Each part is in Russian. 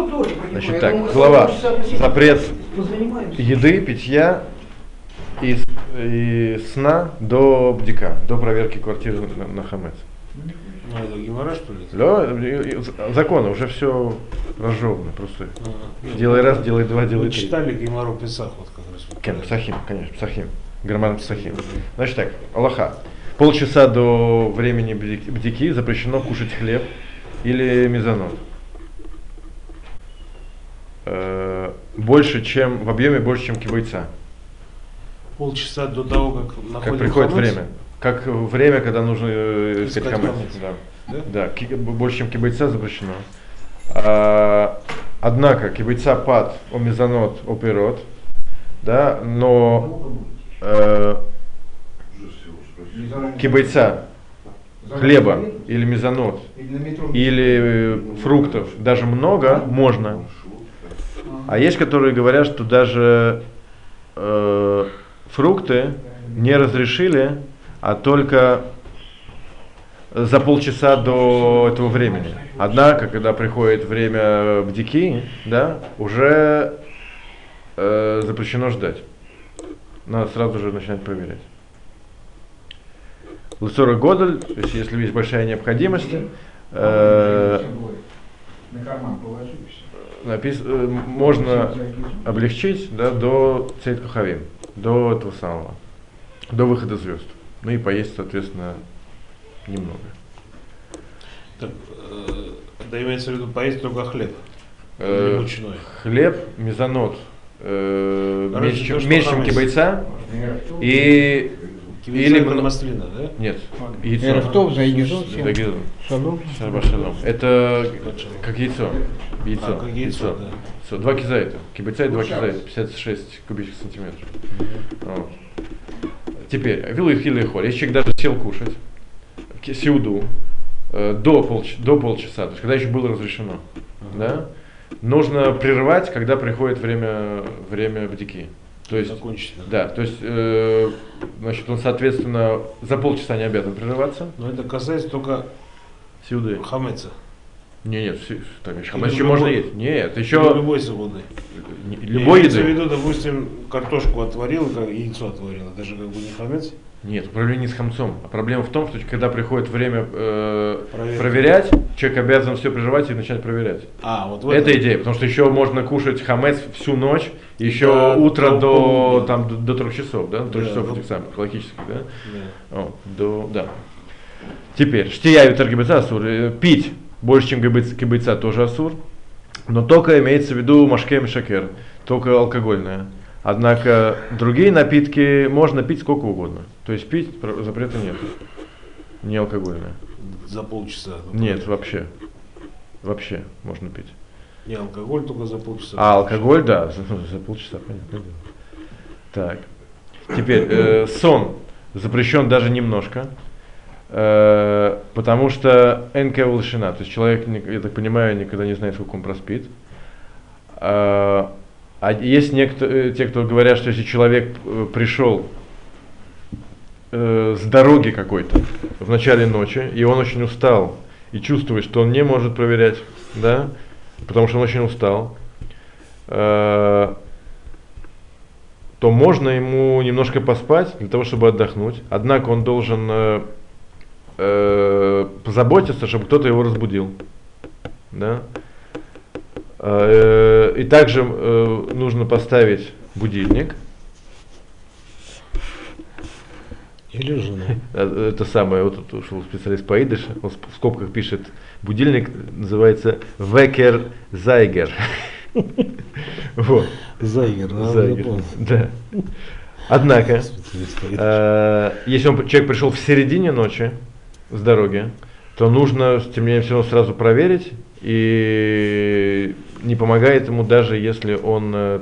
Ну, тоже понимаю. Значит так, глава. Запрет еды, питья и сна до бдика, до проверки квартиры на хамец. Ну, это геморрой, что ли? Да, законы, уже все разжевано, просто делай раз, делай два, делай три. Читали геморрой Песах, вот как раз. Псахим, конечно, Псахим, граммар Псахим. Значит так, Аллаха. Полчаса до времени бдики запрещено кушать хлеб или мезонот. Больше, чем в объеме больше, чем кибайца. Полчаса до того, как приходит хамец? время. Как время, когда нужно искать хамец. Да? Да, больше, чем кибайца запрещено. Однако кибайца пад, о мезонот, о пирот, да, но кибайца, хлеба или мезонот, или фруктов даже много можно. А есть, которые говорят, что даже фрукты не разрешили, а только за полчаса до этого времени. Однако, когда приходит время бдики, да, уже запрещено ждать. Надо сразу же начинать проверять. Луцора Годель, то есть если есть большая необходимость, можно облегчить, да, до Цейт Хахавим, до этого самого, до выхода звезд. Ну и поесть, соответственно, немного. Так, да, имеется в виду поесть только хлеб, или мучной. Хлеб, мезонот, меньше, чем кибайца, и или маслина, да? Нет, яйцо. Это как яйцо. Яйцо. Как яйцо, да. 2 кизайта. Кибайца и 2 кизайта, 56 кубических сантиметров. Вот. Теперь, если человек даже сел кушать, сеуду, до полчаса, то есть когда еще было разрешено, да, нужно прерывать, когда приходит время бдики. То есть, да, то есть, значит, он, соответственно, за полчаса не обязан прерываться. Но это касается только сеуды. Хамеца. Нет, хамец еще можно есть. Нет, еще любой свободной. Любой еды. Я имею в виду, допустим, картошку отварил, яйцо отварил, это же как бы не хамец. Нет, проблема не с хамцом. А проблема в том, что когда приходит время проверять, человек обязан все прерывать и начать проверять. Вот это идея, потому что еще можно кушать хамец всю ночь, еще утро до 3 часов, да? 3 часов этих самых, логических, да? Да. Теперь, штия и таргибеца асур, пить больше, чем кибайца, тоже асур, но только имеется в виду машкем шакер, только алкогольное. Однако другие напитки можно пить сколько угодно. То есть пить запрета нет. Не алкогольное. За полчаса? Нет, вообще. Вообще можно пить. Не алкоголь, только за полчаса. Алкоголь, да, за полчаса, понятно. Так. Теперь, сон запрещен даже немножко. Потому что НК улучшена. То есть человек, я так понимаю, никогда не знает, сколько он проспит. А есть те, кто говорят, что если человек пришел с дороги какой-то в начале ночи, и он очень устал, и чувствует, что он не может проверять, да, потому что он очень устал, то можно ему немножко поспать для того, чтобы отдохнуть. Однако он должен позаботиться, чтобы кто-то его разбудил. Да? И также нужно поставить будильник. Или жену. Это самое, вот тут ушел специалист по идыше, он в скобках пишет, будильник называется Векер Зайгер. Вот. Зайгер, да. Однако, если человек пришел в середине ночи с дороги, то нужно, тем не менее, все равно сразу проверить, и не помогает ему даже если он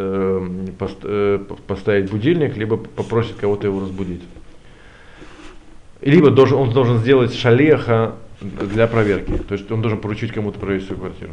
поставит будильник, либо попросит кого-то его разбудить. Либо он должен сделать шалеха для проверки, то есть он должен поручить кому-то проверить свою квартиру.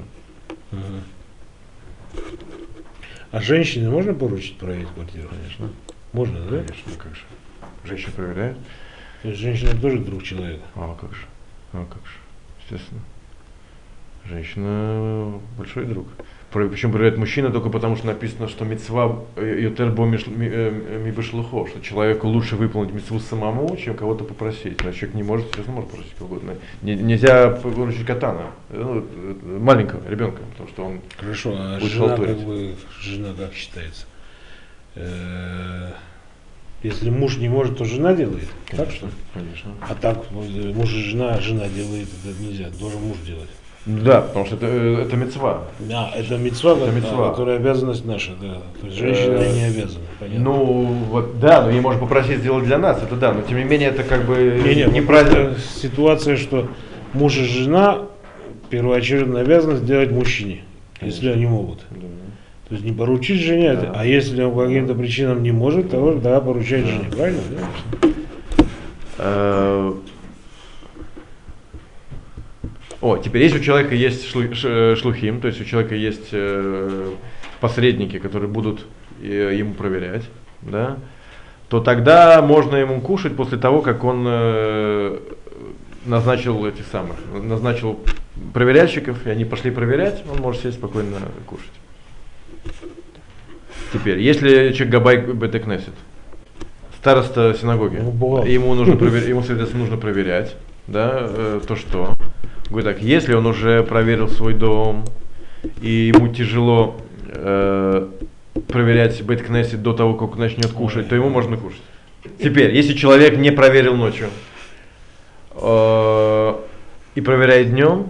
А женщине можно поручить проверить квартиру? Конечно. Можно, да? Конечно, как же. Женщина проверяет. То есть женщина тоже друг человека. Как же, естественно. Женщина большой друг. Причем проверяет мужчина только потому, что написано, что мицва ютер бо мибешлухо, что человеку лучше выполнить мицву самому, чем кого-то попросить. Значит, человек не может, естественно, может просить кого угодно. Нельзя выручить катана, маленького ребенка, потому что он хорошо, а будет жена, халтурить. жена как считается? Если муж не может, то жена делает? Конечно, Так что? конечно. А так, муж и жена делает, это нельзя, должен муж делать. Да, потому что это мицва. Да, это мицва, мицва. которая обязанность наша, да. То есть женщина не обязана, понятно. Ну, вот, да, но ей можно попросить сделать для нас, это да, но тем не менее это как бы неправильно. Ситуация, что муж и жена первоочередная обязанность делать мужчине, если они могут. Да. То есть не поручить жене, Да. а если он по каким-то причинам не может, то да, поручать жене, правильно? Да? Теперь если у человека есть шлухим, то есть у человека есть посредники, которые будут ему проверять, да, то тогда можно ему кушать после того, как он назначил проверяльщиков, и они пошли проверять, он может сесть спокойно кушать. Теперь, если человек габай бет-кнесет, староста синагоги, ему, соответственно, нужно проверять, да, то что? Говорит так, если он уже проверил свой дом, и ему тяжело проверять бет-кнесет до того, как он начнет кушать, то ему можно кушать. Теперь, если человек не проверил ночью и проверяет днем,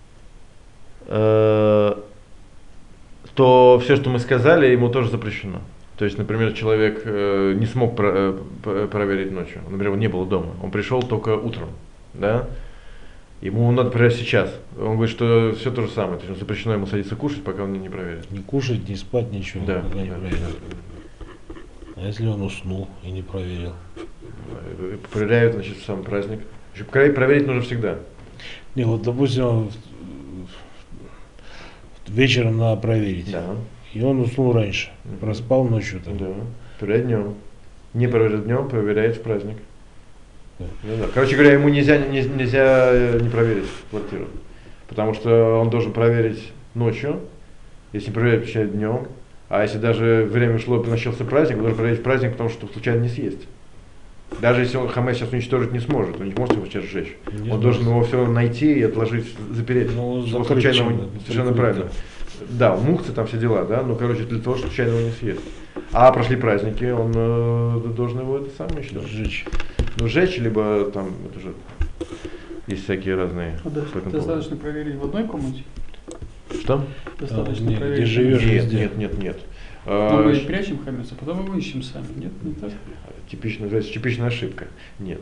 то все, что мы сказали, ему тоже запрещено. То есть, например, человек не смог проверить ночью, например, он не был дома, он пришел только утром, да? Ему надо проверять сейчас. Он говорит, что все то же самое, то есть запрещено ему садиться кушать, пока он не проверит. Не кушать, не спать, ничего. Да, не проверил. А если он уснул и не проверил? Проверяют, значит, в сам праздник. Проверить нужно всегда. Не, вот допустим, вечером надо проверить. Да. И он уснул раньше, проспал ночью там. Да. Проверяет днем. Не проверит днем, проверяет в праздник. Да. Короче говоря, ему нельзя не проверить квартиру. Потому что он должен проверить ночью, если не проверять, включать днем. А если даже время шло, начался праздник, он должен проверить в праздник, потому что случайно не съесть. Даже если он хамес сейчас уничтожить не сможет, он не может его сейчас сжечь. Он должен его все найти и отложить, запереть. Ну, случайно, совершенно правильно. Да, мухцы там все дела, да, ну короче, для того, чтобы случайно его не съесть. А прошли праздники, он должен его это сам еще сжечь. Ну, сжечь, либо там, это же есть всякие разные. Достаточно проверить в одной комнате? Что? Достаточно проверить. Где живешь, нет. Мы прячем хамец, а потом его ищем сами, нет? Не так? Типичная ошибка. Нет.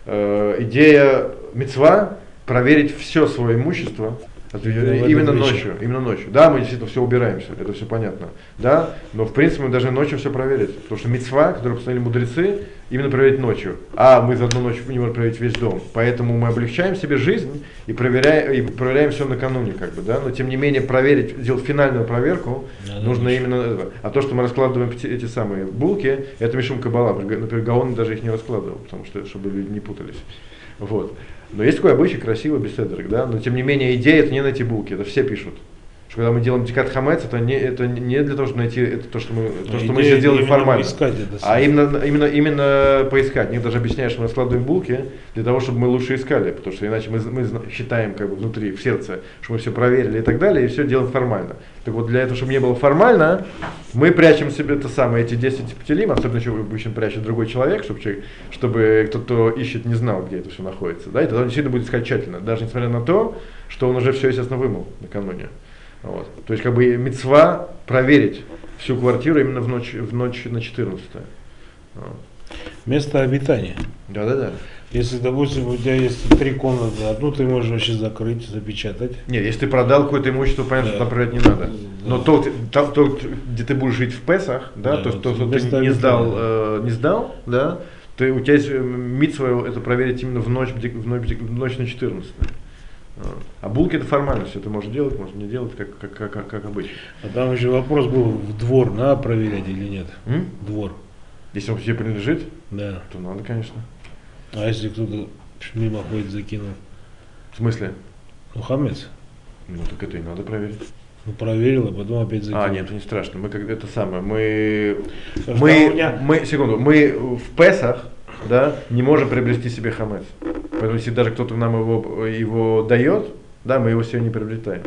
Идея мицва проверить все свое имущество именно ночью. Да, мы действительно все убираемся, это все понятно. Да, но в принципе мы должны ночью все проверить. Потому что мицва, которую постановили мудрецы, именно проверить ночью. А мы за одну ночь не можем проверить весь дом. Поэтому мы облегчаем себе жизнь и проверяем все накануне, как бы, да. Но тем не менее сделать финальную проверку нужно именно это. А то, что мы раскладываем эти самые булки, это мишум каббала. Например, Гаон даже их не раскладывал, потому что чтобы люди не путались. Вот. Но есть такой обычай красивый, без седрик, да, но тем не менее идея это не найти булки, это все пишут. Что когда мы делаем дикат хамец, это не для того, чтобы найти это то, что мы сейчас сделали формально, а именно поискать. Мне даже объясняют, что мы раскладываем булки для того, чтобы мы лучше искали, потому что иначе мы считаем как бы внутри, в сердце, что мы все проверили и так далее, и все делаем формально. Так вот, для этого, чтобы не было формально, мы прячем себе эти 10 птилим, особенно еще обычно прячет другой человек, чтобы тот, кто ищет, не знал, где это все находится. Да, и тогда он действительно будет искать тщательно, даже несмотря на то, что он уже все, естественно, вымыл накануне. Вот. То есть как бы мицва проверить всю квартиру именно в ночь на 14. Вот. Место обитания. Да. Если, допустим, у тебя есть 3 комнаты, одну ты можешь вообще закрыть, запечатать. Нет, если ты продал какое-то имущество, понятно, что там проверять не надо. Но то, где ты будешь жить в Песах, да, то, что ты не сдал, да, у тебя есть мицва это проверить именно в ночь на 14. А булки это формальность, это можно делать, можно не делать, как обычно. А там еще вопрос был, в двор надо проверять или нет? Двор. Если он тебе принадлежит, да, то надо, конечно. А если кто-то мимо ходит, закинул? В смысле? Ну, хамец. Ну так это и надо проверить. Ну, проверил, а потом опять закинул. Нет, это не страшно. Мы как это самое. Мы меня... секунду, мы в Песах, да, не можем приобрести себе хамец. Поэтому если даже кто-то нам его дает, да, мы его себе не приобретаем.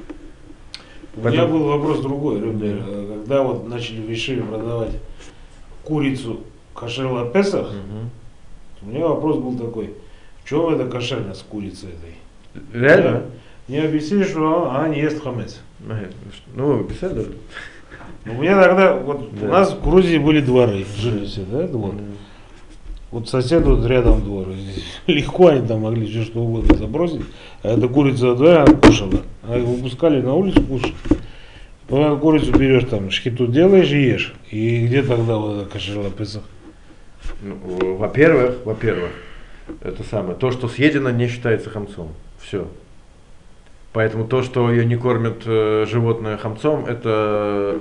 У меня был вопрос другой, когда вот начали в Ешиве продавать курицу кошер ла-Песах, у меня вопрос был такой, в чем эта кошерность курицы этой? Реально? Мне объяснили, что она не ест хамец. Ну, беседа. У меня тогда, вот у нас в Грузии были дворы, жили все, да, вот. Вот сосед вот рядом двор, легко они там могли все что угодно забросить, а эта курица, да, она кушала, а их выпускали на улицу кушать. Потом курицу берешь, там, шхиту делаешь и ешь. И где тогда вот эта кошер ла-Песах? Ну, во-первых, это самое, то, что съедено, не считается хамцом. Все. Поэтому то, что ее не кормят животное хамцом, это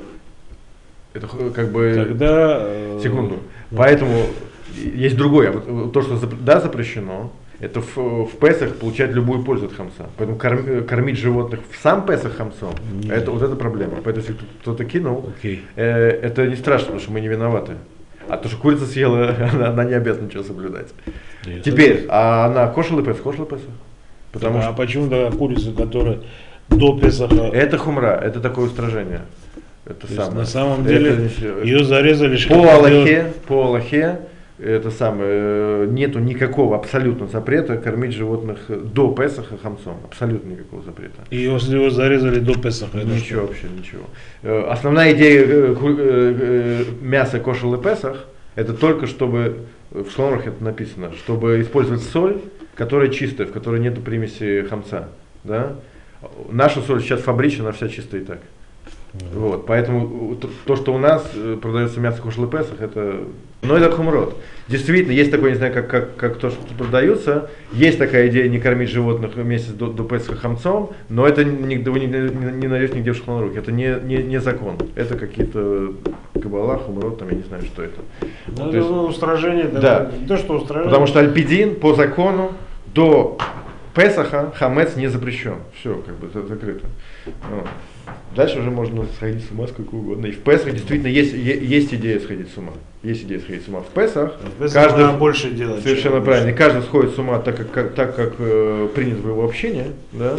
как бы... Тогда... Секунду. Поэтому есть другое. То, что запрещено, это в Песах получать любую пользу от хамца. Поэтому кормить животных в сам Песах хамцом, вот это проблема. Поэтому если кто-то кинул, это не страшно, потому что мы не виноваты. А то, что курица съела, она не обязана ничего соблюдать. Теперь, а она кошер ла-Песах? Потому что... почему тогда курица, которая до Песаха... Это хумра, это такое устражение. Это самое. На самом деле ее зарезали... По Аллахе это самое, нету никакого абсолютно запрета кормить животных до Песаха хамцом. Абсолютно никакого запрета. И если его зарезали до Песаха? Ничего вообще, ничего. Основная идея мяса кошер ла-Песах, это только чтобы, в Шломрах это написано, чтобы использовать соль, которая чистая, в которой нету примеси хамца. Да? Наша соль сейчас фабричная, она вся чистая и так. Вот, поэтому то, что у нас продается мясо кошер ла-Песах, это... Но это хумрот. Действительно, есть такое, не знаю, как то, что продается, есть такая идея не кормить животных месяц до Песаха хамцом, но это вы не найдете нигде в Шулхан Арух. Это не закон. Это какие-то каббала, хумрот, там я не знаю, что это. Ну, это устражение, да. То, что устражение. Потому что альпидин по закону до Песаха хамец не запрещен. Все, как бы закрыто. Вот. Дальше уже можно сходить с ума сколько угодно. И в Песах действительно есть идея сходить с ума. Есть идея сходить с ума. В Песах каждый больше делает. Совершенно правильно. И каждый сходит с ума так, как принято в его общении. Да?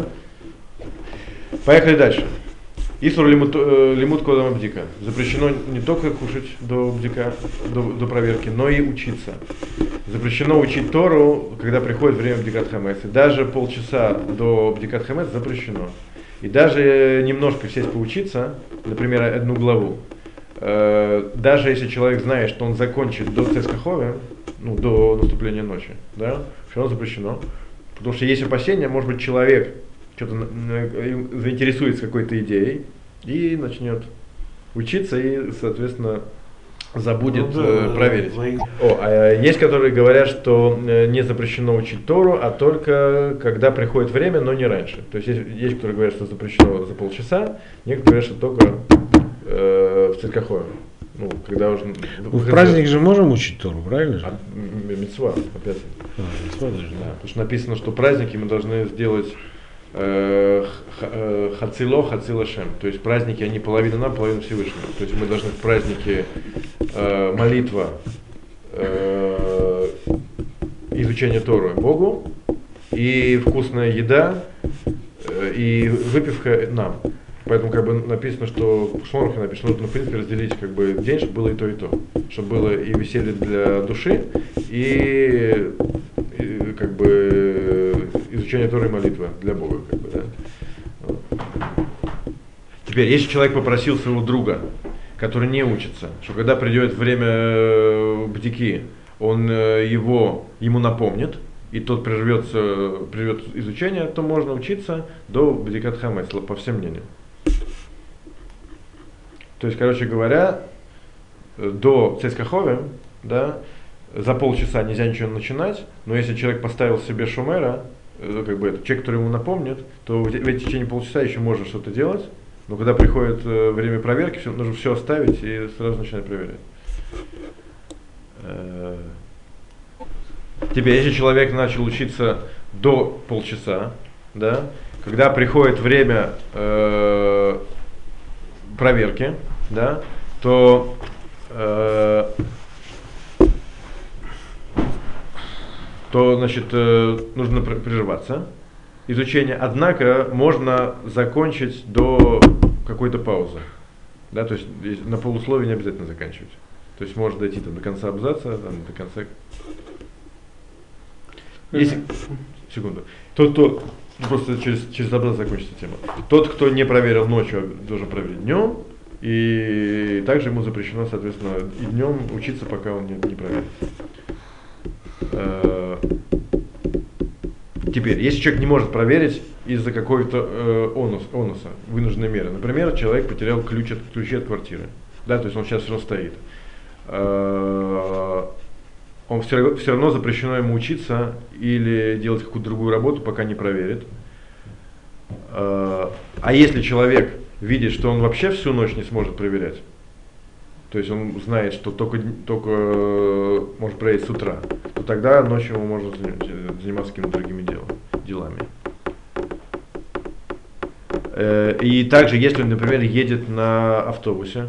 Поехали дальше. Исур лимут кодом бдика. Запрещено не только кушать до бдика, до проверки, но и учиться. Запрещено учить Тору, когда приходит время бдикат хамец. И даже полчаса до бдикат хамец запрещено. И даже немножко сесть поучиться, например, одну главу, даже если человек знает, что он закончит до Цескахове, до наступления ночи, да, все равно запрещено. Потому что есть опасения, может быть, человек что-то заинтересуется какой-то идеей и начнет учиться и, соответственно, забудет проверить. А есть, которые говорят, что не запрещено учить Тору, а только когда приходит время, но не раньше. То есть есть которые говорят, что запрещено за полчаса, некоторые говорят, что только в Цискахове. Когда уже... В праздник же можем учить Тору, правильно же? Мицва, опять. Мицва даже, да. Потому что написано, что праздники мы должны сделать хацило шем, то есть праздники, они половина нам, половина Всевышнего. То есть мы должны в празднике молитва, изучение Торы Богу, и вкусная еда, и выпивка нам. Поэтому как бы написано, что в Шломрахе написано, что в принципе разделить как бы день, чтобы было и то. Чтобы было и веселье для души, и как бы изучение Торы и молитва для Бога. Как бы, да. Вот. Теперь, если человек попросил своего друга, который не учится, что когда придет время бдики, он ему напомнит, и тот прервет изучение, то можно учиться до бдикат хамец, по всем мнениям. То есть, короче говоря, до Цескахове, да, за полчаса нельзя ничего начинать, но если человек поставил себе шумера, как бы человек, который ему напомнит, то в течение полчаса еще можно что-то делать, но когда приходит время проверки, нужно все оставить и сразу начинать проверять. Теперь, если человек начал учиться до полчаса, да, когда приходит время проверки, да, то значит, нужно прерваться изучение, однако можно закончить до какой-то паузы. Да, то есть на полусловие не обязательно заканчивать. То есть можно дойти там, до конца абзаца, там, до конца. Если... Секунду. Тот, кто просто через абзац закончится тема. Тот, кто не проверил ночью, должен проверить днем. И также ему запрещено, соответственно, и днем учиться, пока он не проверит. Теперь, если человек не может проверить из-за какой-то онуса, вынужденной меры. Например, человек потерял ключи от квартиры. Да, то есть он сейчас все равно стоит. Он все равно запрещено ему учиться или делать какую-то другую работу, пока не проверит. А если человек видит, что он вообще всю ночь не сможет проверять, то есть он знает, что только может проверить с утра, то тогда ночью ему можно заниматься какими-то другими делами. И также, если он, например, едет на автобусе,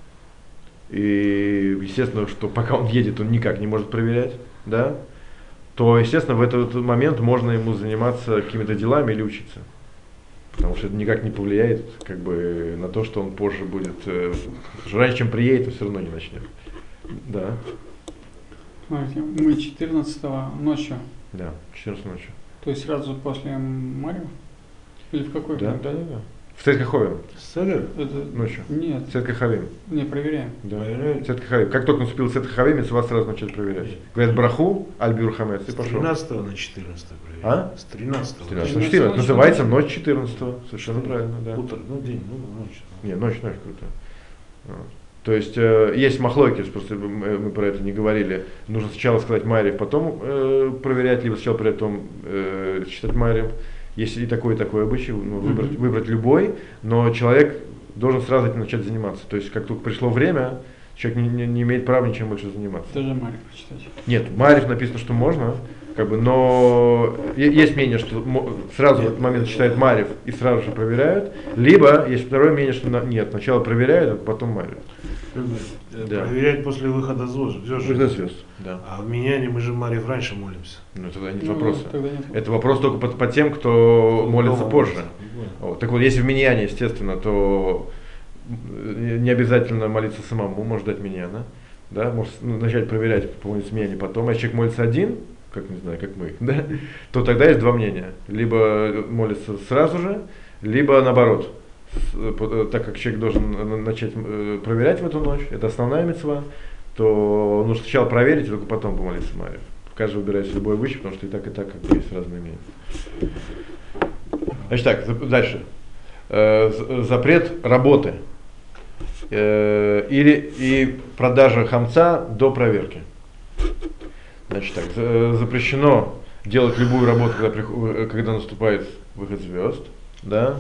и естественно, что пока он едет, он никак не может проверять, да, то, естественно, в этот момент можно ему заниматься какими-то делами или учиться. Потому что это никак не повлияет как бы, на то, что он позже будет, раньше, чем приедет, он все равно не начнет. Да. Смотрите, мы 14-го ночью. Да, 14 ночью. То есть сразу после Марьева? Или в какой? Да. В Цет Хавим. Седер? Ночью. Нет. Цет Хавим. Не, проверяем. Да. Цет Хавим. Как только наступил Цет Хавим, вас сразу начали проверять. Говорят, браху, альбюр хамец, и пошел. С 13 на 14 проверяли. А? С 13 на 14. Называется ночь 14. Совершенно правильно, да. Утро, день, ночь. Не, ночь круто. Вот. То есть есть махлойки, просто мы про это не говорили. Нужно сначала сказать Марьев, потом проверять, либо сначала потом читать Марьев. Есть и такой обычай, выбрать любой, но человек должен сразу этим начать заниматься. То есть как только пришло время, человек не имеет права ничем больше заниматься. Даже Марьев почитать. Нет, Марьев написано, что можно, как бы, но есть мнение, что сразу в этот момент читают Марьев и сразу же проверяют, либо есть второе мнение, что нет, сначала проверяют, а потом Марьев. Да. Проверять после выхода звезд. Да. А в Миньяне мы же Марьев раньше молимся. Ну тогда нет вопроса. Тогда нет. Это вопрос только по тем, кто молится позже. Вот. Так вот, если в Миньяне, естественно, то не обязательно молиться самому, может дать Миньяна. Да? Может начать проверять по Миньяне потом. А если человек молится один, как не знаю, как мы, да? То тогда есть два мнения. Либо молится сразу же, либо наоборот. Так как человек должен начать проверять в эту ночь, это основная мицва, то нужно сначала проверить, и только потом помолиться Марьев. Каждый выбирает любой обычай, потому что и так как бы есть разные мнения. Значит так, дальше. Запрет работы и продажа хамца до проверки. Значит так, запрещено делать любую работу, когда наступает выход звезд, да.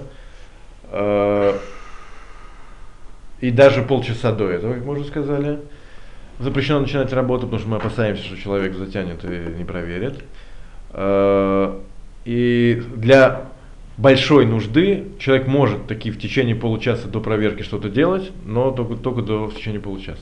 И даже полчаса до этого, как мы уже сказали, запрещено начинать работу, потому что мы опасаемся, что человек затянет и не проверит. И для большой нужды человек может таки в течение получаса до проверки что-то делать, но только в течение получаса.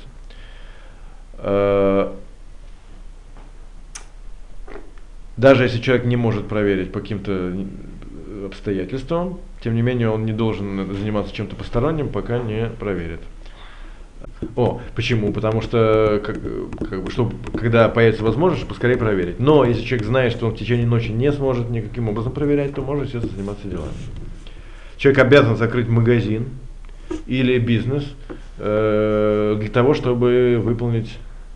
Даже если человек не может проверить по каким-то обстоятельствам, тем не менее он не должен заниматься чем-то посторонним, пока не проверит. Почему? Потому что когда появится возможность, поскорее проверить. Но если человек знает, что он в течение ночи не сможет никаким образом проверять, то может, естественно, заниматься делами. Человек обязан закрыть магазин или бизнес для того, чтобы выполнить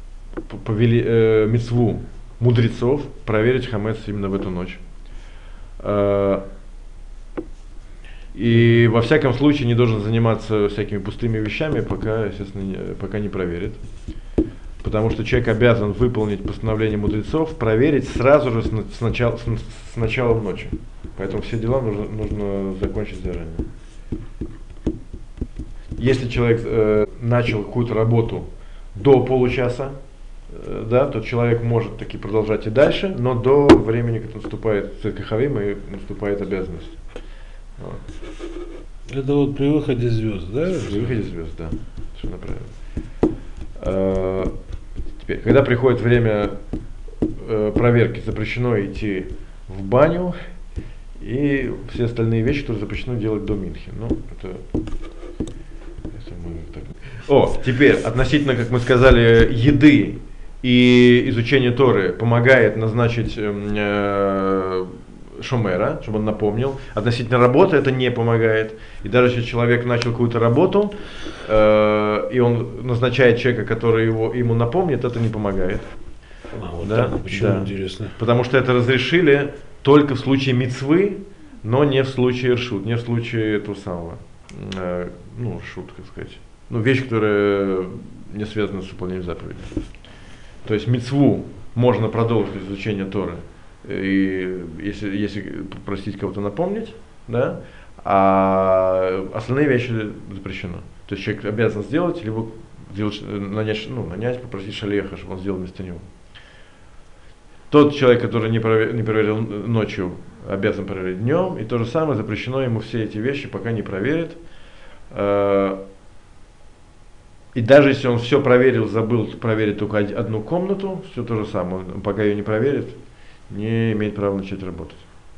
мицву мудрецов, проверить хамец именно в эту ночь. И во всяком случае не должен заниматься всякими пустыми вещами, пока, естественно, пока не проверит. Потому что человек обязан выполнить постановление мудрецов, проверить сразу же с начала ночи. Поэтому все дела нужно закончить заранее. Если человек начал какую-то работу до получаса да, то человек может таки продолжать и дальше, но до времени, как наступает Цирк Хавим, и наступает обязанность. Вот. Это вот при выходе звезд, да? При выходе звезд, да. Совершенно правильно. Теперь, когда приходит время проверки, запрещено идти в баню и все остальные вещи, которые запрещено делать до Минхи. Ну, это мы так. О, теперь, относительно, как мы сказали, еды и изучения Торы помогает назначить шомера, чтобы он напомнил. Относительно работы это не помогает. И даже если человек начал какую-то работу, и он назначает человека, который ему напомнит, это не помогает. Вот да? так, почему, Да. интересно? Потому что это разрешили только в случае мицвы, но не в случае ршут, не в случае этого самого, шут, как сказать. Вещь, которая не связана с выполнением заповедей. То есть мицву можно продолжить изучение Торы, и если попросить кого-то напомнить, да, а остальные вещи запрещено. То есть человек обязан сделать, либо нанять, попросить шалеха, чтобы он сделал вместо него. Тот человек, который не проверил ночью, обязан проверить днем, и то же самое, запрещено ему все эти вещи, пока не проверит. И даже если он все проверил, забыл проверить только одну комнату, все то же самое, он пока ее не проверит, не имеет права начать работать.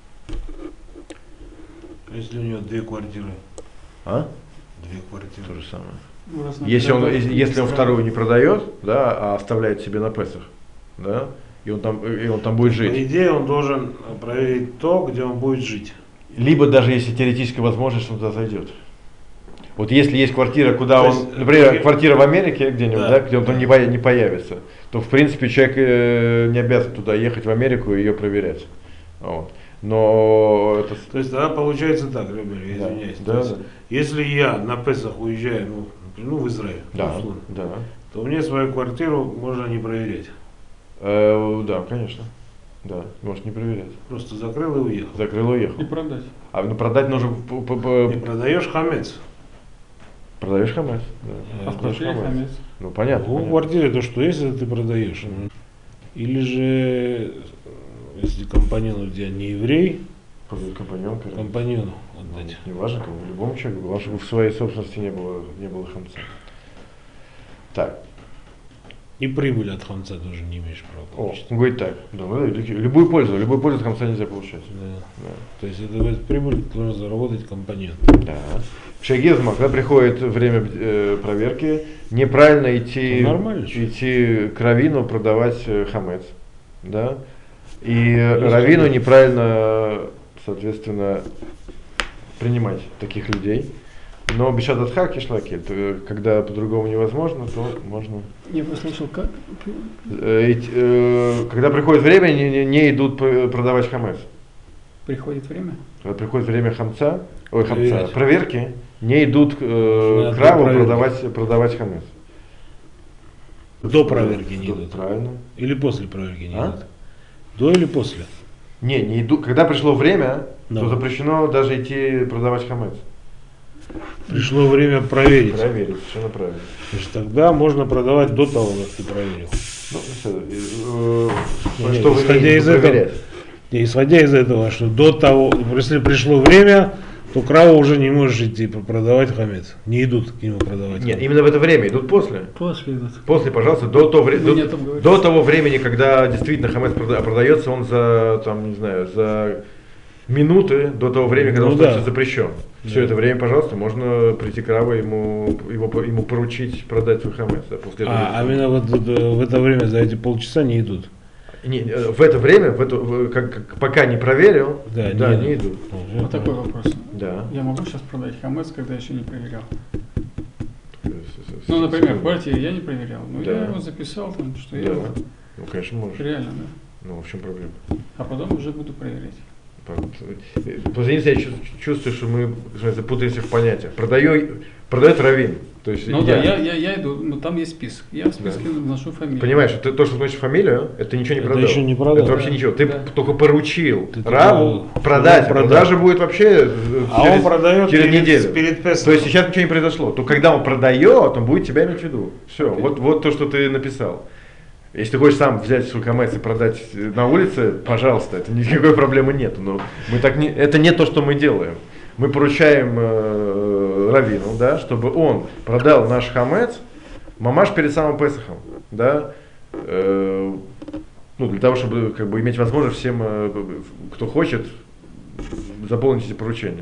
Если у него 2 квартиры? 2 квартиры. То же самое. Ну, Если он вторую не продает, да, а оставляет себе на Песах, да, и он там будет жить. По идее, он должен проверить то, где он будет жить. Либо даже если теоретически возможно, что он туда зайдет. Вот если есть квартира, куда то он, есть, например, квартира в Америке где-нибудь, да, да, где он там не появится, то в принципе человек не обязан туда ехать в Америку и ее проверять. Вот. Но это... То есть тогда получается так, ребята, я извиняюсь. Да, да. Если я на Песах уезжаю, в Израиль, Да, условно, да. то мне свою квартиру можно не проверять. Да, конечно. Да, может не проверять. Просто закрыл и уехал. Закрыл и уехал. И продать. А продать нужно... И продаешь хамец. Продаешь хамец. Да. А в квартире хамец. Ну понятно. В квартире то что, если ты продаешь? Или же, если компаньон у тебя не еврей, компаньону отдать. Не важно, кому, любому человеку, главное, чтобы в своей собственности не было хамца. Так. И прибыль от хамца тоже не имеешь права получить. Он говорит так, да, любую пользу от хамца нельзя получать. Да. То есть это прибыль должен заработать компаньон. Да. В Шагизма, когда приходит время проверки, неправильно идти к раввину продавать хамец. Да? И раввину неправильно, соответственно, принимать таких людей. Но бешат адха кишлакель, когда по-другому невозможно, то можно. Я послушал, как? Когда приходит время, не идут продавать хамец. Приходит время? Когда приходит время проверки, не идут к раву продавать хамец. До проверки не идут. Правильно. Или после проверки не идут. До или после? Не идут. Когда пришло время, то запрещено даже идти продавать хамец. Пришло время проверить. Проверить, совершенно правильно. Значит, тогда можно продавать до того, как ты проверил. Исходя из этого, что до того, если пришло время, то к раву уже не можешь идти продавать хамец. Не идут к нему продавать. Нет, именно в это время, идут после. После идут. После, пожалуйста, до того времени, когда действительно хамец продается, он за минуты до того времени, когда он становится запрещен. Все это время, пожалуйста, можно прийти к раву, ему поручить продать свой хамец. А именно вот в это время, за эти полчаса не идут? Не, в это время, пока не проверил, не идут. Вот такой вопрос. Да. Я могу сейчас продать хамец, когда еще не проверял? Например, в квартире я не проверял, но я его записал, что я его... Ну, конечно, можешь. Реально, да. Ну, в чем проблема? А потом уже буду проверять. Просто я чувствую, что мы запутаемся в понятиях. Продает раввин. То есть я иду, там есть список. Я в списке вношу фамилию. Понимаешь, то, что вносишь фамилию, это ничего не продал. Это еще не продал. Это вообще ничего. Ты только поручил раву продать. Продажа будет вообще он продает через неделю. Перед Песахом. То есть сейчас ничего не произошло. То когда он продает, он будет тебя иметь в виду. Все, вот то, что ты написал. Если ты хочешь сам взять свой хамец и продать на улице, пожалуйста, это никакой проблемы нет. Но мы так не, это не то, что мы делаем. Мы поручаем раввину, да, чтобы он продал наш хамец мамаш перед самым Песахом, да, ну, для того, чтобы как бы иметь возможность всем, кто хочет, заполнить эти поручения.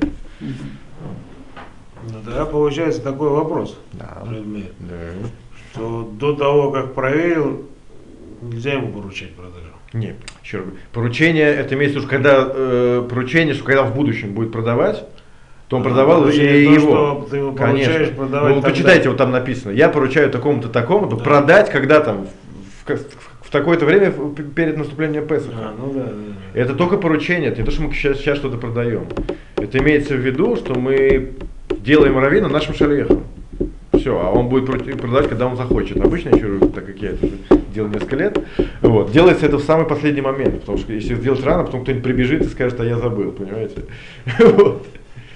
Ну, тогда получается такой вопрос, Да. что до того, как проверил, нельзя ему поручать продажу. Нет, еще раз говорю, поручение, это имеется в виду, когда поручение, что когда в будущем будет продавать, то он продавал и его. Что ты его поручаешь продавать. Ну, почитайте, вот там написано, я поручаю такому-то, такому-то, да. Продать, когда там в такое-то время перед наступлением Песаха. Да. Это только поручение, это не то, что мы сейчас что-то продаем. Это имеется в виду, что мы делаем раввина нашим шалехом. Все, а он будет продавать, когда он захочет. Обычно, еще раз, так как я это уже делал несколько лет, вот, делается это в самый последний момент, потому что если сделать рано, потом кто-нибудь прибежит и скажет, а я забыл, понимаете? Вот.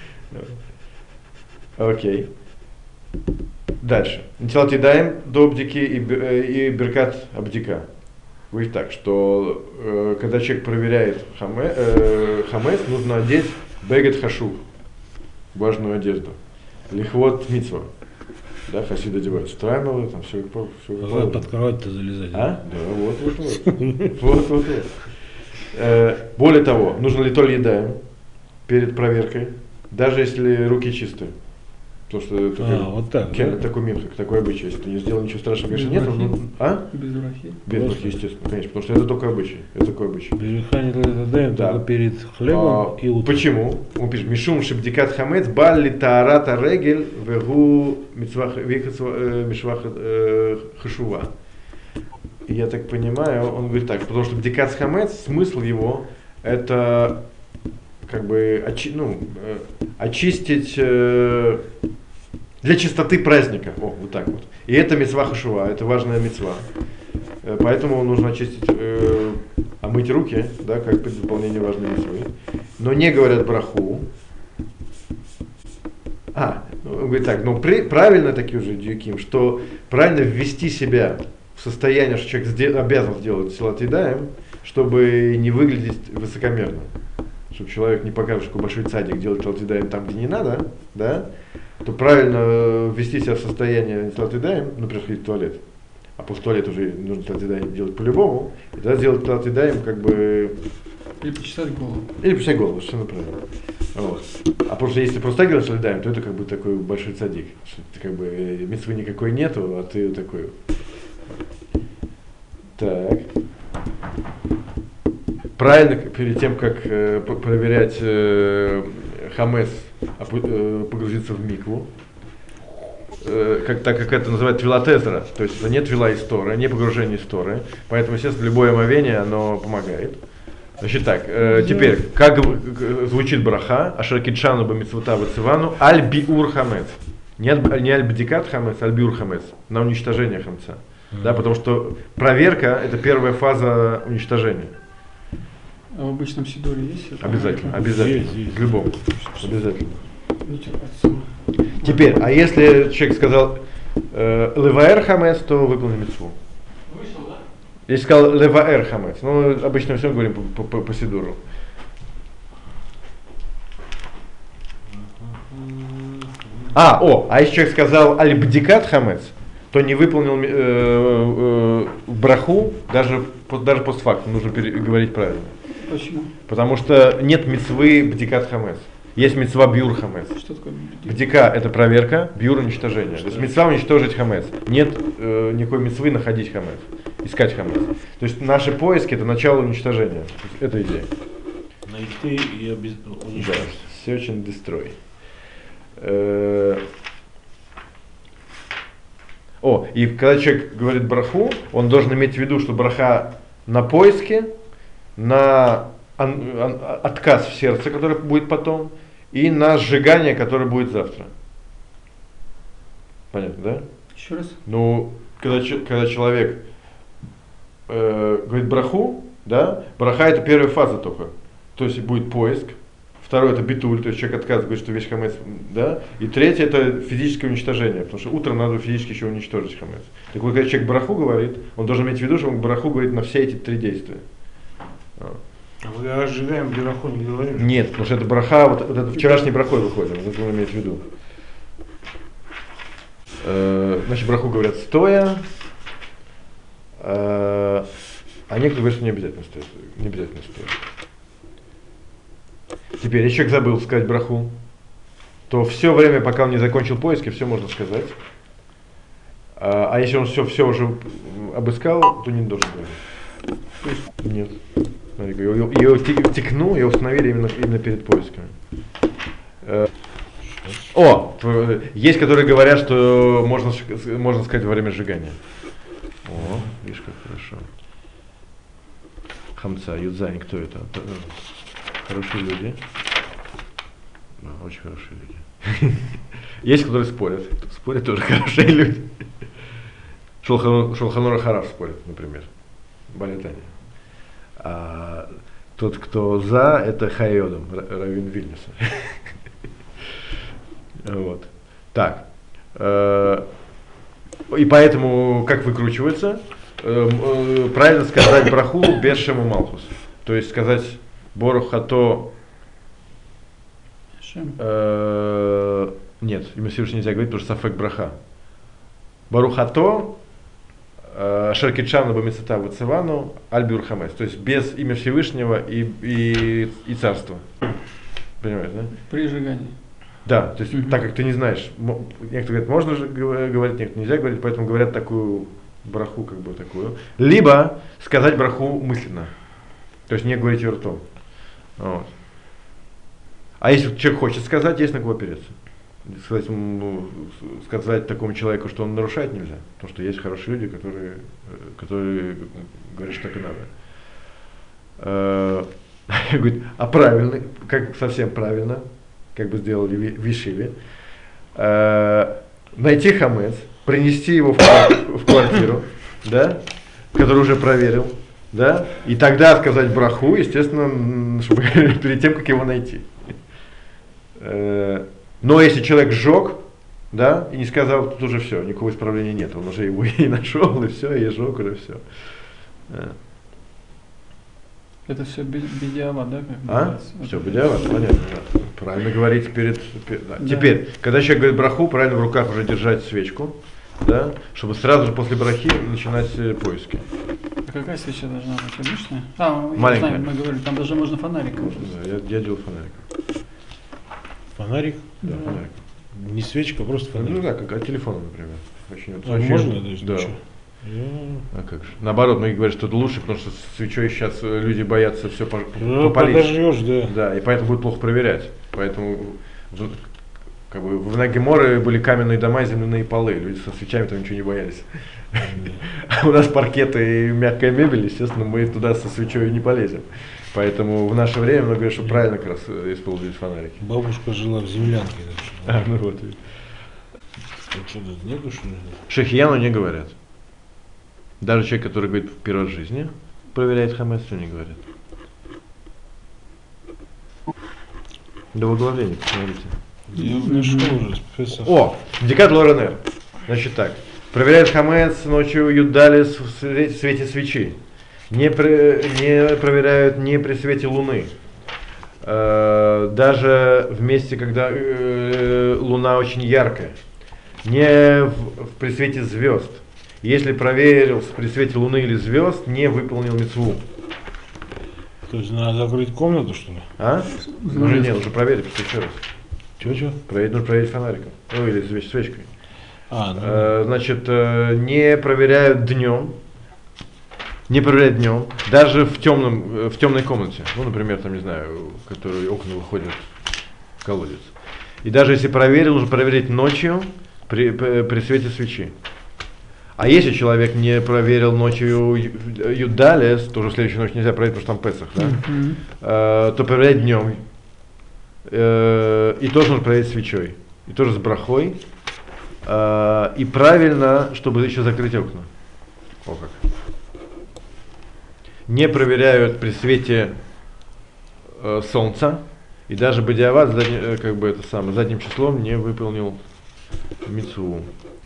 Окей. Дальше. Нитилат едаем до абдики и беркат абдика. Говорит так, что когда человек проверяет хамес, нужно одеть бегет хашув, важную одежду. Лихвот митцва. Да, хасиды одеваются траймелы, там все. Под кровать-то залезать. А? Да, вот. Более того, нужно ли то ли едаем перед проверкой, даже если руки чистые. Потому что вот так, такой минхак, такой обычай. Если ты не сделал ничего страшного, конечно, нет. Без брахи? Без брахи, естественно, конечно, потому что это только обычай. Это такой обычай. Береха даем только перед хлебом и утром. Почему? Он пишет, Мишум шебдикат хамец балли таарата регель вегу мишвах хашува. Я так понимаю, он говорит так, потому что бдикат хамец, смысл его, это как бы очистить для чистоты праздника. Вот так вот. И это мицва хашува, это важная мицва. Поэтому нужно очистить, омыть руки, да, как при выполнении важной мицвы. Но не говорят браху. Он говорит так, правильно такие уже дьюким, что правильно ввести себя в состояние, что человек обязан сделать силат едаем, чтобы не выглядеть высокомерно. Чтобы человек не показывал, что большой цадик делает силат едаем там, где не надо, да, то правильно ввести себя в состояние силат едаем, например, ходить в туалет. А после туалета уже нужно силат едаем делать по-любому, и тогда сделать силат едаем как бы... Или почесать голову. Или почесать голову, совершенно правильно. Вот. А потому что если просто так делать силат едаем, то это как бы такой большой цадик. Что это как бы мицвы никакой нету, а ты такой. Так. Правильно, перед тем, как проверять хамес, погрузиться в микву, так как это называют твилатезра, то есть это не твила из Торы, не погружение из Торы, поэтому, естественно, любое омовение, оно помогает. Значит так, теперь, как звучит браха, ашаркидшану бамитсвута вацивану, аль-биур хамец. Не аль-бдикат хамец, аль-биур хамец, на уничтожение хамца. Да, потому что проверка – это первая фаза уничтожения. А в обычном сидоре есть? Обязательно, есть. В любом. Обязательно. Ну, теперь, а если человек сказал леваэр хамец, то выполни мицву. Вышел, да? Если сказал леваэр хамец, обычно все говорим по сидуру. А если человек сказал аль-бдикат хамец, то не выполнил браху, даже постфактум, нужно говорить правильно. Почему? Потому что нет мицвы бдикат хамец. Есть мицва бьюр хамец. Что такое бдика? Это проверка, бьюр уничтожение. То есть мицва уничтожить хамец. Нет никакой мицвы находить хамец, искать хамец. То есть наши поиски это начало уничтожения. Это идея. Найти и уничтожить. Да, search and destroy. И когда человек говорит браху, он должен иметь в виду, что браха на поиске, на отказ в сердце, который будет потом, и на сжигание, которое будет завтра. Понятно, да? Еще раз. Когда человек говорит браху, да, браха это первая фаза только. То есть будет поиск, Второе это битуль, то есть человек отказывает, говорит, что вещь хамец, да. И третье это физическое уничтожение, потому что утром надо физически еще уничтожить хамец. Так вот, когда человек бараху говорит, он должен иметь в виду, что он бараху говорит на все эти три действия. А мы о сжигаем бераху не говорим? Нет, потому что это браха, вот это вчерашний брахой выходит, вот это он имеет в виду. Значит, браху говорят стоя, а некоторые говорят, что не обязательно стоять. Не обязательно стоять. Теперь, если человек забыл сказать браху, то все время, пока он не закончил поиски, все можно сказать. А если он все уже обыскал, то не должен говорить. Нет. Ее текну, ее установили именно перед поисками. Есть, которые говорят, что можно сказать во время сжигания. О, видишь, как хорошо. Хамца, Юдзайн, кто это? Хорошие люди. Очень хорошие люди. Есть, которые спорят. Спорят тоже хорошие люди. Шулхан Арух Хараф спорит, например. Балетани. А тот, кто за, это Хайодом, раввин Вильнюса. Вот. Так. И поэтому, как выкручивается, правильно сказать браху без шема малхус. То есть сказать борух хато. Нет, имя Всевышнего нельзя говорить, потому что сафек браха. Барух хато Шеркитшан Бамицата Вацевану Альбиур Хамес. То есть без имя Всевышнего и царства. Понимаешь, да? При сжигании. Да, то есть так как ты не знаешь, некоторые говорят, можно же говорить, некоторые нельзя говорить, поэтому говорят такую браху, как бы такую. Либо сказать браху мысленно. То есть не говорить ее ртом. Вот. А если человек хочет сказать, есть на кого опереться. Сказать такому человеку, что он нарушает, нельзя. Потому что есть хорошие люди, которые говорят, что так и надо. Говорит, а правильно, как совсем правильно, как бы сделали в Ешиве, найти хамец, принести его в квартиру, да, который уже проверил, да, и тогда сказать браху, естественно, чтобы перед тем, как его найти. Но если человек сжег, да, и не сказал, тут уже все, никакого исправления нет, он уже его и нашел, и все, и сжег, уже все. Это все бедиават, да? Все, бедиават, понятно. Да. Правильно говорить перед да. Да. Теперь, когда человек говорит браху, правильно в руках уже держать свечку, да, чтобы сразу же после брахи начинать поиски. А какая свеча должна быть? Обычная? Маленькая. Знаю, мы говорили, там даже можно фонариком. Да, я делал фонариком. Фонарик? Да, фонарик. Не свечка, просто фонарик. Ну да, как от телефона, например. Можно даже? Да. А как же? Наоборот, многие говорят, что это лучше, потому что с свечой сейчас люди боятся все попалить. Подожжешь, да. Да, и поэтому будет плохо проверять. Поэтому как бы, в Нагеморе были каменные дома, земляные полы. Люди со свечами там ничего не боялись. А у нас паркеты и мягкая мебель, естественно, мы туда со свечой не полезем. Поэтому в наше время много говорят, что правильно как раз использовать фонарики. Бабушка жила в землянке. Ну вот. Что тут нету, что ли? Шехияну не говорят. Даже человек, который говорит первый раз в жизни, проверяет хамец, что не говорят. До выглавления, посмотрите. Я нашел уже список. О, Дикат Лоренер. Значит так. Проверяет хамец ночью Юдалис в свете свечи. Не проверяют не при свете луны. Даже в месте, когда луна очень яркая. Не при свете звезд. Если проверил при свете луны или звезд, не выполнил мицву. То есть надо закрыть комнату, что ли? А? Уже нет, уже проверить, еще раз. Че? Нужно проверить фонариком. Ну или свечкой. Ну. Значит, не проверяют днем. Не проверяют днем. Даже в темной комнате. Ну, например, там, не знаю, в которой окна выходят в колодец. И даже если проверил, нужно проверить ночью при свете свечи. А если человек не проверил ночью Юдалес, то уже в следующую ночь нельзя проверить, потому что там Песах, да? То проверять днем. И тоже нужно проверить свечой. И тоже с брахой. И правильно, чтобы еще закрыть окна. О как. Не проверяют при свете солнца. И даже бадиават как бы это самое, задним числом не выполнил мицву.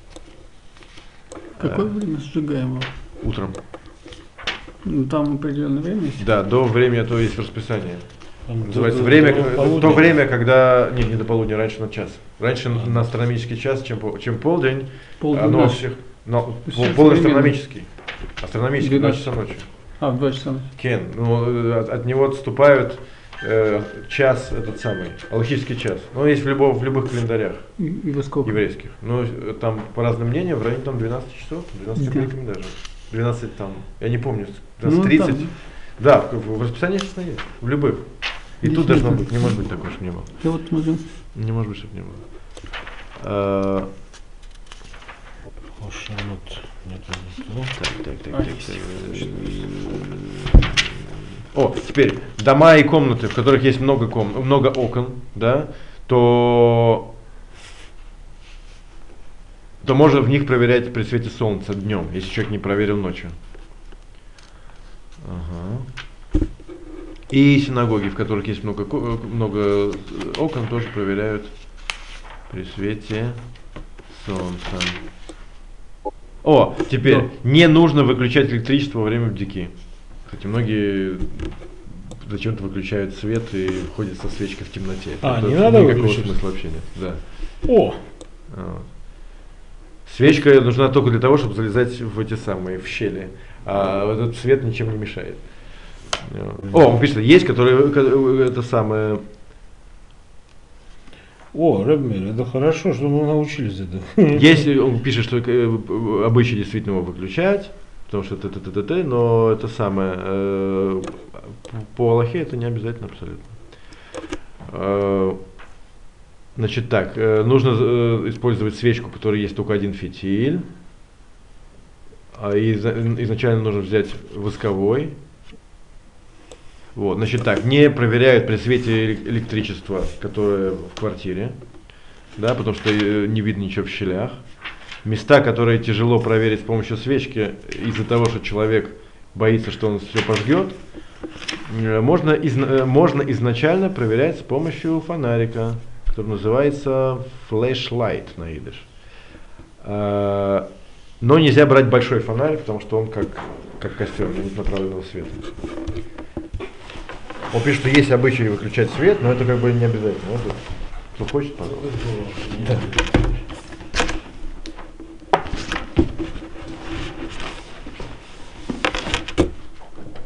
Какое время сжигаемого? Утром. Ну, там определенное время есть? Да, до времени, то есть в расписании. Там Называется до время, полудня. то время, когда, нет, не до полудня, раньше на час. Раньше на астрономический час, чем полдень, Полдень оно ночи. всех, но Сейчас полдень современно. астрономический. Астрономический, 2 часа ночи. В 2 часа ночи. Кен, ну, от него отступают час, этот самый, алхимический час. Ну, есть в любых календарях И во сколько? еврейских. Ну, там по разным мнениям, в районе там 12 часов, 12 Да. копейками даже. 12 там, я не помню, Ну, 12:30. там. Да, в расписании, естественно, есть. В любых. И Здесь тут должно нет. быть, не может быть такого, чтобы не было. Я вот смотрю. Не может быть, чтобы не было. Хошанут. Нет, Так. О, теперь дома и комнаты, в которых есть много окон, да, то можно в них проверять при свете солнца днем, если человек не проверил ночью. Ага. И синагоги, в которых есть много окон, тоже проверяют при свете солнца. О, теперь Да. не нужно выключать электричество во время бдики. Кстати, многие зачем-то выключают свет и ходят со свечкой в темноте. Не Тут надо никакого выключать? смысла вообще нет. Да. О! Вот. Свечка нужна только для того, чтобы залезать в эти самые, в щели. А этот свет ничем не мешает. О, он пишет, есть, которые это самое. О, Рэбмир, это хорошо, что мы научились этому. Если он пишет, что обычай действительно его выключать, потому что но это самое по Аллахе это не обязательно абсолютно. Значит так, нужно использовать свечку, у которой есть только один фитиль. И изначально нужно взять восковой. Вот, значит так, не проверяют при свете электричества, которое в квартире, да, потому что не видно ничего в щелях. Места, которые тяжело проверить с помощью свечки, из-за того, что человек боится, что он все пожгет, можно изначально проверять с помощью фонарика, который называется flashlight на идиш. Но нельзя брать большой фонарь, потому что он как костер, нет направленного света. Он пишет, что есть обычай выключать свет, но это как бы не обязательно. Вот, кто хочет, пожалуйста.